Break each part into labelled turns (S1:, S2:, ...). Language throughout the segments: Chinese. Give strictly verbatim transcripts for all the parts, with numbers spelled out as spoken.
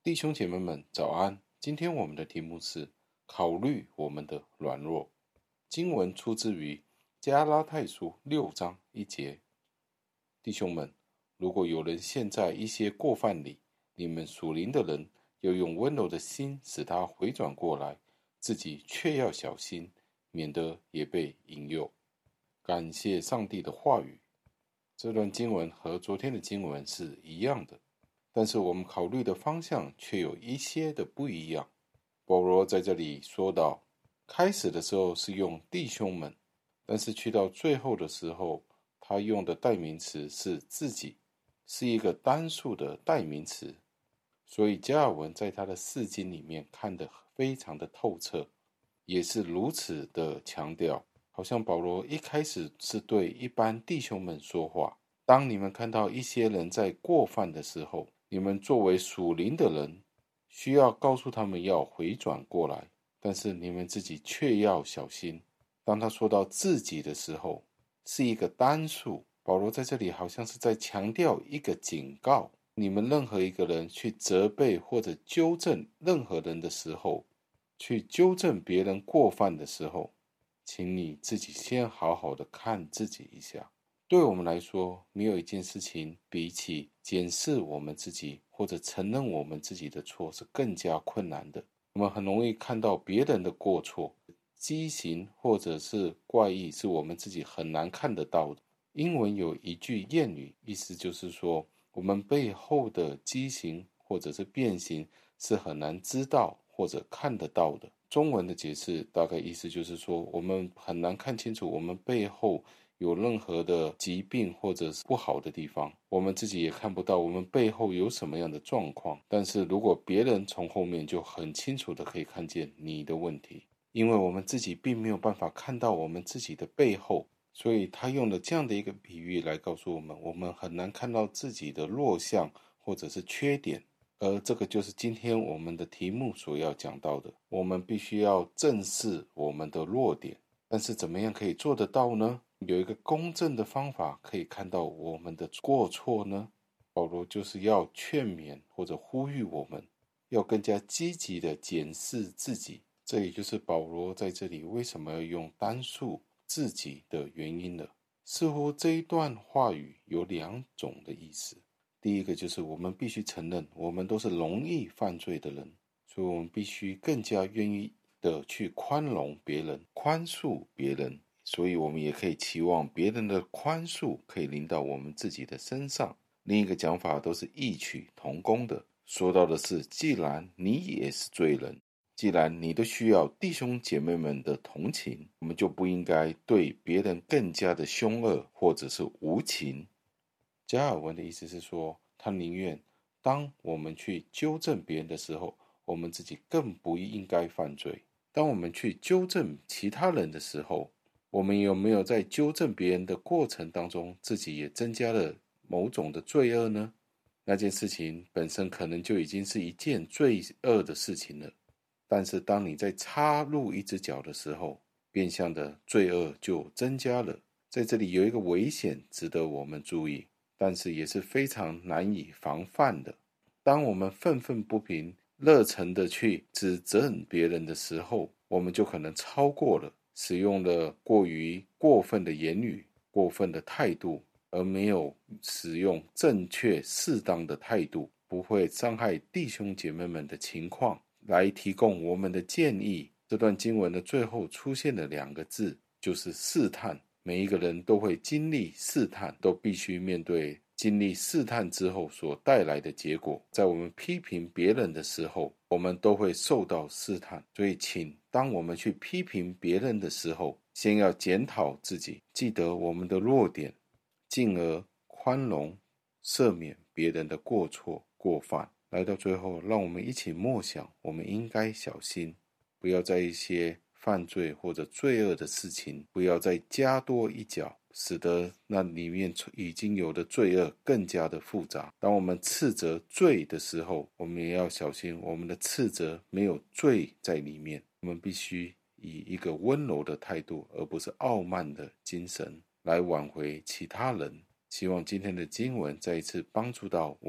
S1: 弟兄姐妹们早安，今天我们的题目是考虑我们的软弱。经文出自于加拉太书六章一节。弟兄们，如果有人陷在一些过犯里，你们属灵的人要用温柔的心使他回转过来，自己却要小心，免得也被引诱。感谢上帝的话语。这段经文和昨天的经文是一样的，但是我们考虑的方向却有一些的不一样。保罗在这里说到，开始的时候是用弟兄们，但是去到最后的时候，他用的代名词是自己，是一个单数的代名词。所以加尔文在他的释经里面看得非常的透彻，也是如此的强调，好像保罗一开始是对一般弟兄们说话，当你们看到一些人在过犯的时候，你们作为属灵的人，需要告诉他们要回转过来，但是你们自己却要小心。当他说到自己的时候，是一个单数，保罗在这里好像是在强调一个警告，你们任何一个人去责备或者纠正任何人的时候，去纠正别人过犯的时候，请你自己先好好的看自己一下。对我们来说，没有一件事情比起检视我们自己或者承认我们自己的错是更加困难的。我们很容易看到别人的过错，畸形或者是怪异是我们自己很难看得到的。英文有一句谚语，意思就是说，我们背后的畸形或者是变形是很难知道或者看得到的。中文的解释大概意思就是说，我们很难看清楚我们背后有任何的疾病或者是不好的地方，我们自己也看不到我们背后有什么样的状况。但是如果别人从后面就很清楚的可以看见你的问题，因为我们自己并没有办法看到我们自己的背后，所以他用了这样的一个比喻来告诉我们，我们很难看到自己的弱项或者是缺点。而这个就是今天我们的题目所要讲到的，我们必须要正视我们的弱点。但是怎么样可以做得到呢？有一个公正的方法可以看到我们的过错呢？保罗就是要劝勉或者呼吁我们要更加积极的检视自己。这也就是保罗在这里为什么要用单数自己的原因了。似乎这一段话语有两种的意思。第一个就是我们必须承认我们都是容易犯罪的人，所以我们必须更加愿意的去宽容别人，宽恕别人，所以我们也可以期望别人的宽恕可以临到我们自己的身上。另一个讲法都是异曲同工的，说到的是，既然你也是罪人，既然你都需要弟兄姐妹们的同情，我们就不应该对别人更加的凶恶或者是无情。加尔文的意思是说，他宁愿当我们去纠正别人的时候，我们自己更不应该犯罪。当我们去纠正其他人的时候，我们有没有在纠正别人的过程当中，自己也增加了某种的罪恶呢？那件事情本身可能就已经是一件罪恶的事情了，但是当你在插入一只脚的时候，变相的罪恶就增加了。在这里有一个危险值得我们注意，但是也是非常难以防范的。当我们愤愤不平、热忱的去指责别人的时候，我们就可能超过了，使用了过于过分的言语、过分的态度，而没有使用正确适当的态度，不会伤害弟兄姐妹们的情况，来提供我们的建议。这段经文的最后出现了两个字，就是试探。每一个人都会经历试探，都必须面对经历试探之后所带来的结果。在我们批评别人的时候，我们都会受到试探，所以请当我们去批评别人的时候，先要检讨自己，记得我们的弱点，进而宽容赦免别人的过错过犯。来到最后，让我们一起默想，我们应该小心，不要在一些犯罪或者罪恶的事情，不要再加多一脚，使得那里面已经有的罪恶更加的复杂。当我们斥责罪的时候，我们也要小心，我们的斥责没有罪在里面。我们必须以一个温柔的态度，而不是傲慢的精神来挽回其他人。希望今天的经文再一次帮助到我们。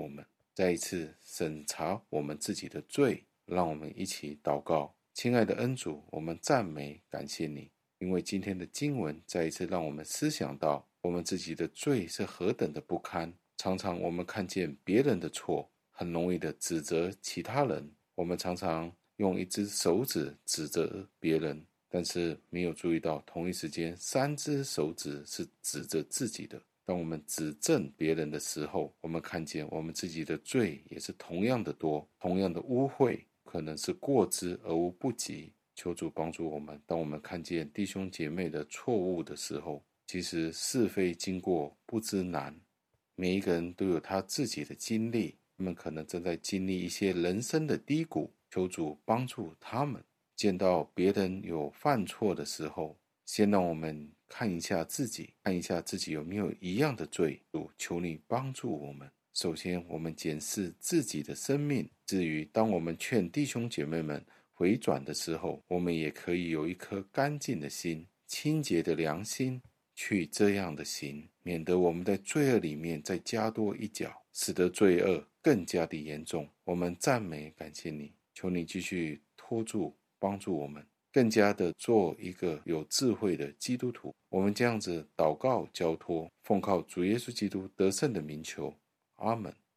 S1: 再一次审查我们自己的罪。让我们一起祷告。亲爱的恩主，我们赞美感谢你，因为今天的经文再一次让我们思想到我们自己的罪是何等的不堪。常常我们看见别人的错，很容易的指责其他人，我们常常用一只手指指责别人，但是没有注意到同一时间三只手指是指着自己的。当我们指正别人的时候，我们看见我们自己的罪也是同样的多，同样的污秽，可能是过之而无不及。求主帮助我们，当我们看见弟兄姐妹的错误的时候，其实是非经过不知难。每一个人都有他自己的经历，他们可能正在经历一些人生的低谷，求主帮助他们。见到别人有犯错的时候，先让我们看一下自己，看一下自己有没有一样的罪。主，求你帮助我们。首先我们检视自己的生命，至于当我们劝弟兄姐妹们回转的时候，我们也可以有一颗干净的心，清洁的良心，去这样的行，免得我们在罪恶里面再加多一脚，使得罪恶更加的严重。我们赞美感谢你，求你继续托住帮助我们，更加的做一个有智慧的基督徒。我们这样子祷告交托，奉靠主耶稣基督得胜的名求，阿们。